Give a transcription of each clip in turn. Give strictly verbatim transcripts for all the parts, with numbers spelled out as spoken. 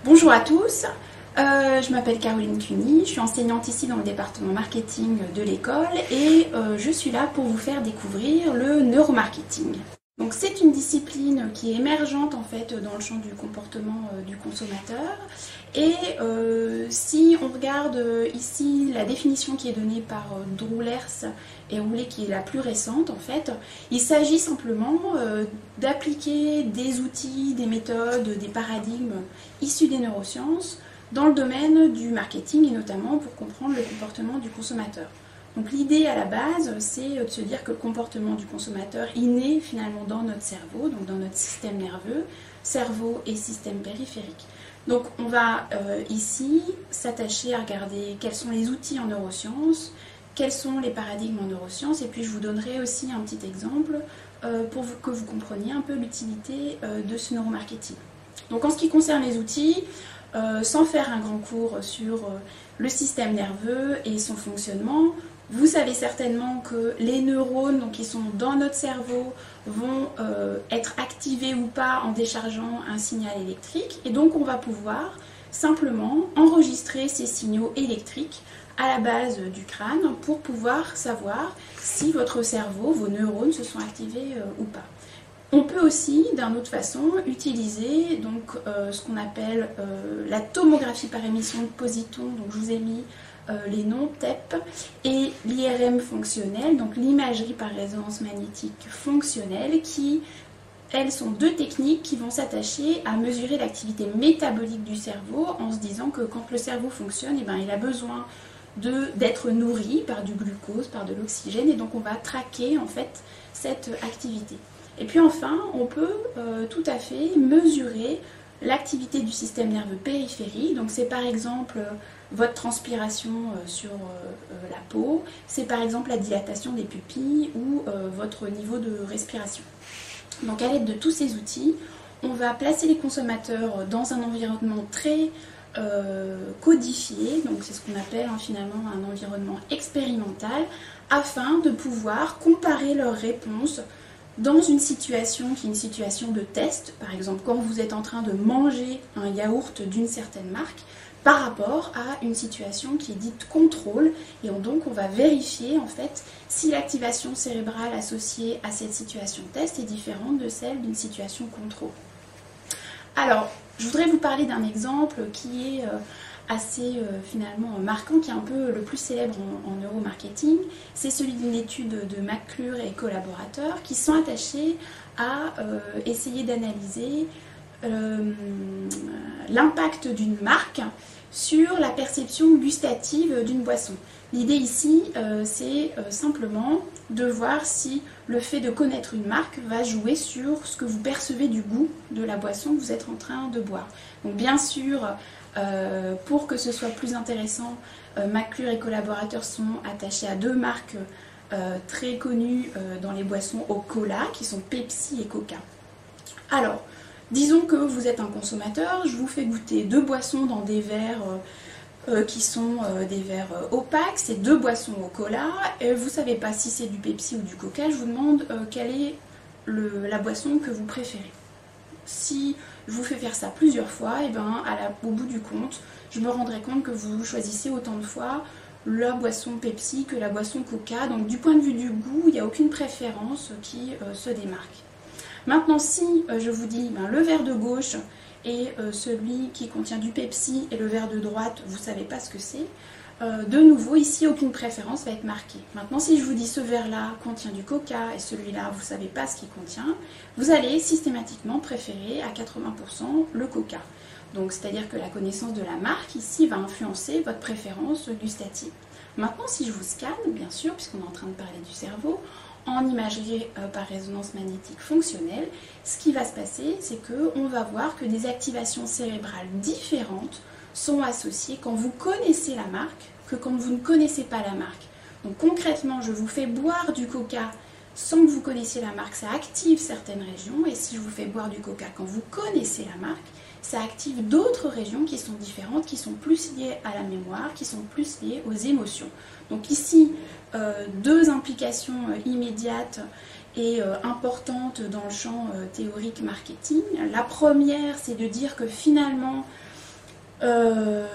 Bonjour à tous, euh, je m'appelle Caroline Cuny, je suis enseignante ici dans le département marketing de l'école et euh, je suis là pour vous faire découvrir le neuromarketing. Donc c'est une discipline qui est émergente en fait dans le champ du comportement euh, du consommateur et euh, si on regarde euh, ici la définition qui est donnée par euh, Drew Lers et Roulet qui est la plus récente en fait, il s'agit simplement euh, d'appliquer des outils, des méthodes, des paradigmes issus des neurosciences dans le domaine du marketing et notamment pour comprendre le comportement du consommateur. Donc l'idée à la base, c'est de se dire que le comportement du consommateur, il naît finalement dans notre cerveau, donc dans notre système nerveux, cerveau et système périphérique. Donc on va euh, ici s'attacher à regarder quels sont les outils en neurosciences, quels sont les paradigmes en neurosciences, et puis je vous donnerai aussi un petit exemple euh, pour que vous compreniez un peu l'utilité euh, de ce neuromarketing. Donc en ce qui concerne les outils, euh, sans faire un grand cours sur euh, le système nerveux et son fonctionnement, vous savez certainement que les neurones donc, qui sont dans notre cerveau vont euh, être activés ou pas en déchargeant un signal électrique. Et donc on va pouvoir simplement enregistrer ces signaux électriques à la base du crâne pour pouvoir savoir si votre cerveau, vos neurones se sont activés euh, ou pas. On peut aussi, d'une autre façon, utiliser donc, euh, ce qu'on appelle euh, la tomographie par émission de positons. Donc je vous ai mis Euh, les noms T E P et l'I R M fonctionnel, donc l'imagerie par résonance magnétique fonctionnelle, qui, elles, sont deux techniques qui vont s'attacher à mesurer l'activité métabolique du cerveau en se disant que quand le cerveau fonctionne, eh ben, il a besoin d'être nourri par du glucose, par de l'oxygène, et donc on va traquer en fait cette activité. Et puis enfin, on peut euh, tout à fait mesurer l'activité du système nerveux périphérique, donc c'est par exemple euh, votre transpiration euh, sur euh, la peau, c'est par exemple la dilatation des pupilles ou euh, votre niveau de respiration. Donc à l'aide de tous ces outils, on va placer les consommateurs dans un environnement très euh, codifié, donc c'est ce qu'on appelle hein, finalement un environnement expérimental, afin de pouvoir comparer leurs réponses dans une situation qui est une situation de test, par exemple quand vous êtes en train de manger un yaourt d'une certaine marque, par rapport à une situation qui est dite contrôle, et donc on va vérifier en fait si l'activation cérébrale associée à cette situation test est différente de celle d'une situation contrôle. Alors, je voudrais vous parler d'un exemple qui est euh, assez euh, finalement marquant, qui est un peu le plus célèbre en, en neuromarketing. C'est celui d'une étude de McClure et collaborateurs qui sont attachés à euh, essayer d'analyser euh, l'impact d'une marque sur la perception gustative d'une boisson. L'idée ici, euh, c'est euh, simplement de voir si le fait de connaître une marque va jouer sur ce que vous percevez du goût de la boisson que vous êtes en train de boire. Donc bien sûr, euh, pour que ce soit plus intéressant, euh, McClure et collaborateurs sont attachés à deux marques euh, très connues euh, dans les boissons au cola, qui sont Pepsi et Coca. Alors, disons que vous êtes un consommateur, je vous fais goûter deux boissons dans des verres euh, euh, qui sont euh, des verres euh, opaques, c'est deux boissons au cola, et vous ne savez pas si c'est du Pepsi ou du Coca, je vous demande euh, quelle est le, la boisson que vous préférez. Si je vous fais faire ça plusieurs fois, et ben, à la, au bout du compte, je me rendrai compte que vous choisissez autant de fois la boisson Pepsi que la boisson Coca, donc du point de vue du goût, il n'y a aucune préférence qui euh, se démarque. Maintenant, si euh, je vous dis ben, le verre de gauche et euh, celui qui contient du Pepsi et le verre de droite, vous ne savez pas ce que c'est, euh, de nouveau, ici, aucune préférence va être marquée. Maintenant, si je vous dis ce verre-là contient du Coca et celui-là, vous ne savez pas ce qu'il contient, vous allez systématiquement préférer à quatre-vingts pour cent le Coca. Donc, c'est-à-dire que la connaissance de la marque, ici, va influencer votre préférence gustative. Maintenant, si je vous scanne, bien sûr, puisqu'on est en train de parler du cerveau, en imagerie euh, par résonance magnétique fonctionnelle, ce qui va se passer, c'est qu'on va voir que des activations cérébrales différentes sont associées quand vous connaissez la marque que quand vous ne connaissez pas la marque. Donc concrètement, je vous fais boire du Coca sans que vous connaissiez la marque, ça active certaines régions, et si je vous fais boire du Coca quand vous connaissez la marque, ça active d'autres régions qui sont différentes, qui sont plus liées à la mémoire, qui sont plus liées aux émotions. Donc ici, euh, deux implications euh, immédiates et euh, importantes dans le champ euh, théorique marketing. La première, c'est de dire que finalement, Euh,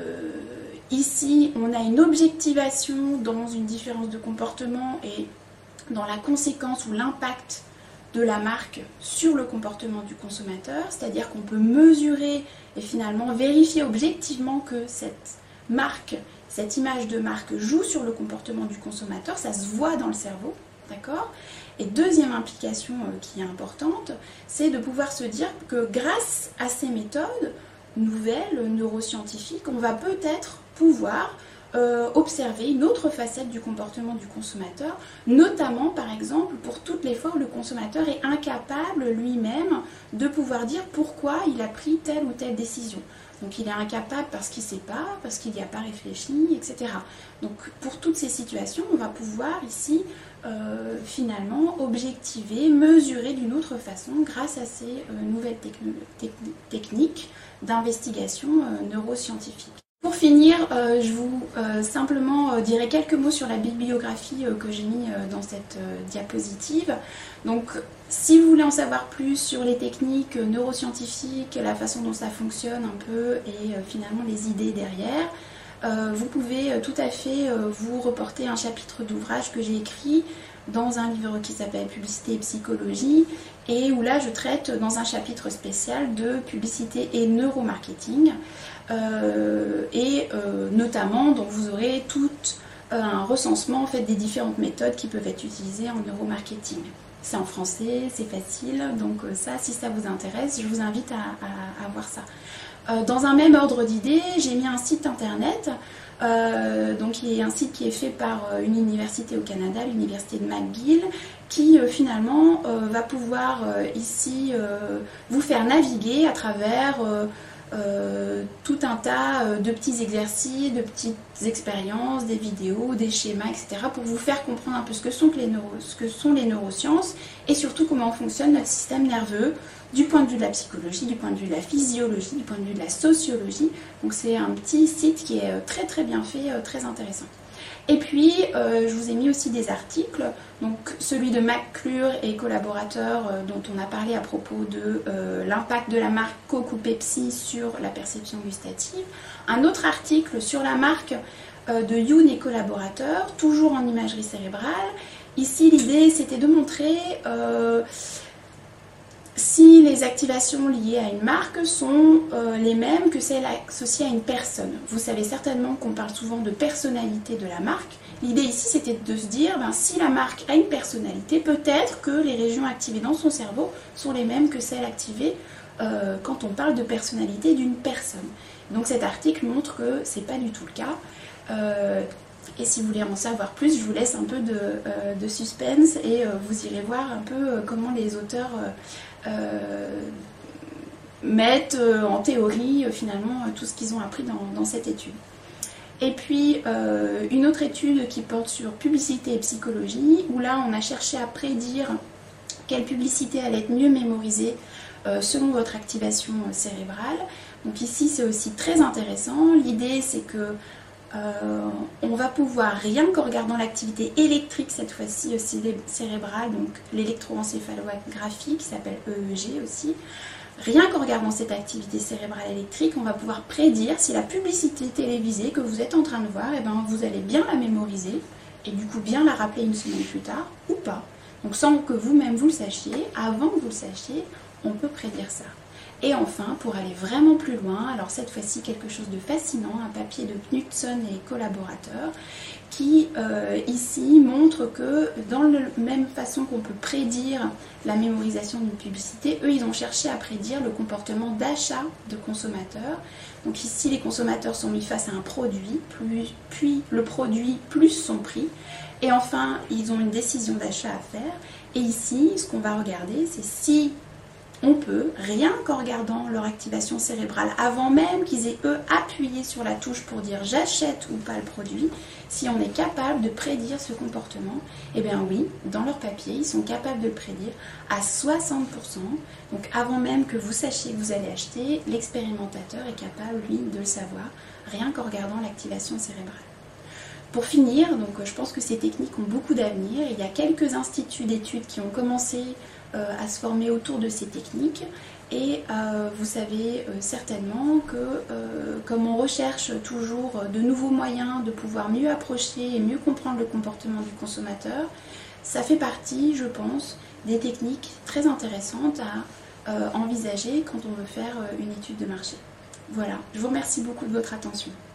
ici, on a une objectivation dans une différence de comportement et dans la conséquence ou l'impact de la marque sur le comportement du consommateur, c'est-à-dire qu'on peut mesurer et finalement vérifier objectivement que cette marque, cette image de marque joue sur le comportement du consommateur, ça se voit dans le cerveau, d'accord ? Et deuxième implication euh, qui est importante, c'est de pouvoir se dire que grâce à ces méthodes nouvelles, neuroscientifiques, on va peut-être pouvoir euh, observer une autre facette du comportement du consommateur, notamment par exemple pour toutes les fois où le consommateur est incapable lui-même de pouvoir dire pourquoi il a pris telle ou telle décision. Donc il est incapable parce qu'il ne sait pas, parce qu'il n'y a pas réfléchi, et cetera. Donc pour toutes ces situations, on va pouvoir ici euh, finalement objectiver, mesurer d'une autre façon grâce à ces euh, nouvelles techniques d'investigation euh, neuroscientifique. Pour finir, euh, je vous euh, simplement euh, dirai quelques mots sur la bibliographie euh, que j'ai mis euh, dans cette euh, diapositive. Donc, si vous voulez en savoir plus sur les techniques euh, neuroscientifiques, la façon dont ça fonctionne un peu et euh, finalement les idées derrière, euh, vous pouvez euh, tout à fait euh, vous reporter un chapitre d'ouvrage que j'ai écrit dans un livre qui s'appelle Publicité et psychologie et où là je traite dans un chapitre spécial de publicité et neuromarketing. Euh, et euh, notamment donc vous aurez tout euh, un recensement en fait, des différentes méthodes qui peuvent être utilisées en neuromarketing. C'est en français, c'est facile, donc euh, ça si ça vous intéresse, je vous invite à, à, à voir ça. Euh, dans un même ordre d'idées, j'ai mis un site internet, euh, donc qui est un site qui est fait par euh, une université au Canada, l'université de McGill, qui euh, finalement euh, va pouvoir euh, ici euh, vous faire naviguer à travers euh, Euh, tout un tas euh, de petits exercices, de petites expériences, des vidéos, des schémas, et cetera pour vous faire comprendre un peu ce que sont les, neuro, ce que sont les neurosciences et surtout comment fonctionne notre système nerveux du point de vue de la psychologie, du point de vue de la physiologie, du point de vue de la sociologie. Donc c'est un petit site qui est très très bien fait, très intéressant. Et puis, euh, je vous ai mis aussi des articles, donc celui de McClure et collaborateurs euh, dont on a parlé à propos de euh, l'impact de la marque Coke ou Pepsi sur la perception gustative. Un autre article sur la marque euh, de Youn et collaborateurs, toujours en imagerie cérébrale. Ici, l'idée, c'était de montrer euh, si les activations liées à une marque sont euh, les mêmes que celles associées à une personne. Vous savez certainement qu'on parle souvent de personnalité de la marque. L'idée ici, c'était de se dire, ben, si la marque a une personnalité, peut-être que les régions activées dans son cerveau sont les mêmes que celles activées euh, quand on parle de personnalité d'une personne. Donc cet article montre que ce n'est pas du tout le cas. Euh, Et si vous voulez en savoir plus, je vous laisse un peu de, euh, de suspense et euh, vous irez voir un peu euh, comment les auteurs euh, euh, mettent euh, en théorie euh, finalement euh, tout ce qu'ils ont appris dans, dans cette étude. Et puis euh, une autre étude qui porte sur publicité et psychologie, où là on a cherché à prédire quelle publicité allait être mieux mémorisée euh, selon votre activation euh, cérébrale. Donc ici c'est aussi très intéressant. L'idée c'est que Euh, on va pouvoir, rien qu'en regardant l'activité électrique cette fois-ci aussi cérébrale, donc l'électroencéphalographie qui s'appelle E E G aussi, rien qu'en regardant cette activité cérébrale électrique, on va pouvoir prédire si la publicité télévisée que vous êtes en train de voir, eh ben, vous allez bien la mémoriser et du coup bien la rappeler une semaine plus tard ou pas. Donc sans que vous-même vous le sachiez, avant que vous le sachiez, on peut prédire ça. Et enfin, pour aller vraiment plus loin, alors cette fois-ci quelque chose de fascinant, un papier de Knudson et collaborateurs, qui euh, ici montre que dans la même façon qu'on peut prédire la mémorisation d'une publicité, eux ils ont cherché à prédire le comportement d'achat de consommateurs. Donc ici les consommateurs sont mis face à un produit, plus, puis le produit plus son prix, et enfin ils ont une décision d'achat à faire. Et ici ce qu'on va regarder, c'est si on peut, rien qu'en regardant leur activation cérébrale, avant même qu'ils aient eux appuyé sur la touche pour dire j'achète ou pas le produit, si on est capable de prédire ce comportement, eh bien oui, dans leur papier, ils sont capables de le prédire à soixante pour cent. Donc avant même que vous sachiez que vous allez acheter, l'expérimentateur est capable, lui, de le savoir, rien qu'en regardant l'activation cérébrale. Pour finir, donc je pense que ces techniques ont beaucoup d'avenir. Il y a quelques instituts d'études qui ont commencé euh, à se former autour de ces techniques. Et euh, vous savez euh, certainement que euh, comme on recherche toujours de nouveaux moyens de pouvoir mieux approcher et mieux comprendre le comportement du consommateur, ça fait partie, je pense, des techniques très intéressantes à euh, envisager quand on veut faire euh, une étude de marché. Voilà, je vous remercie beaucoup de votre attention.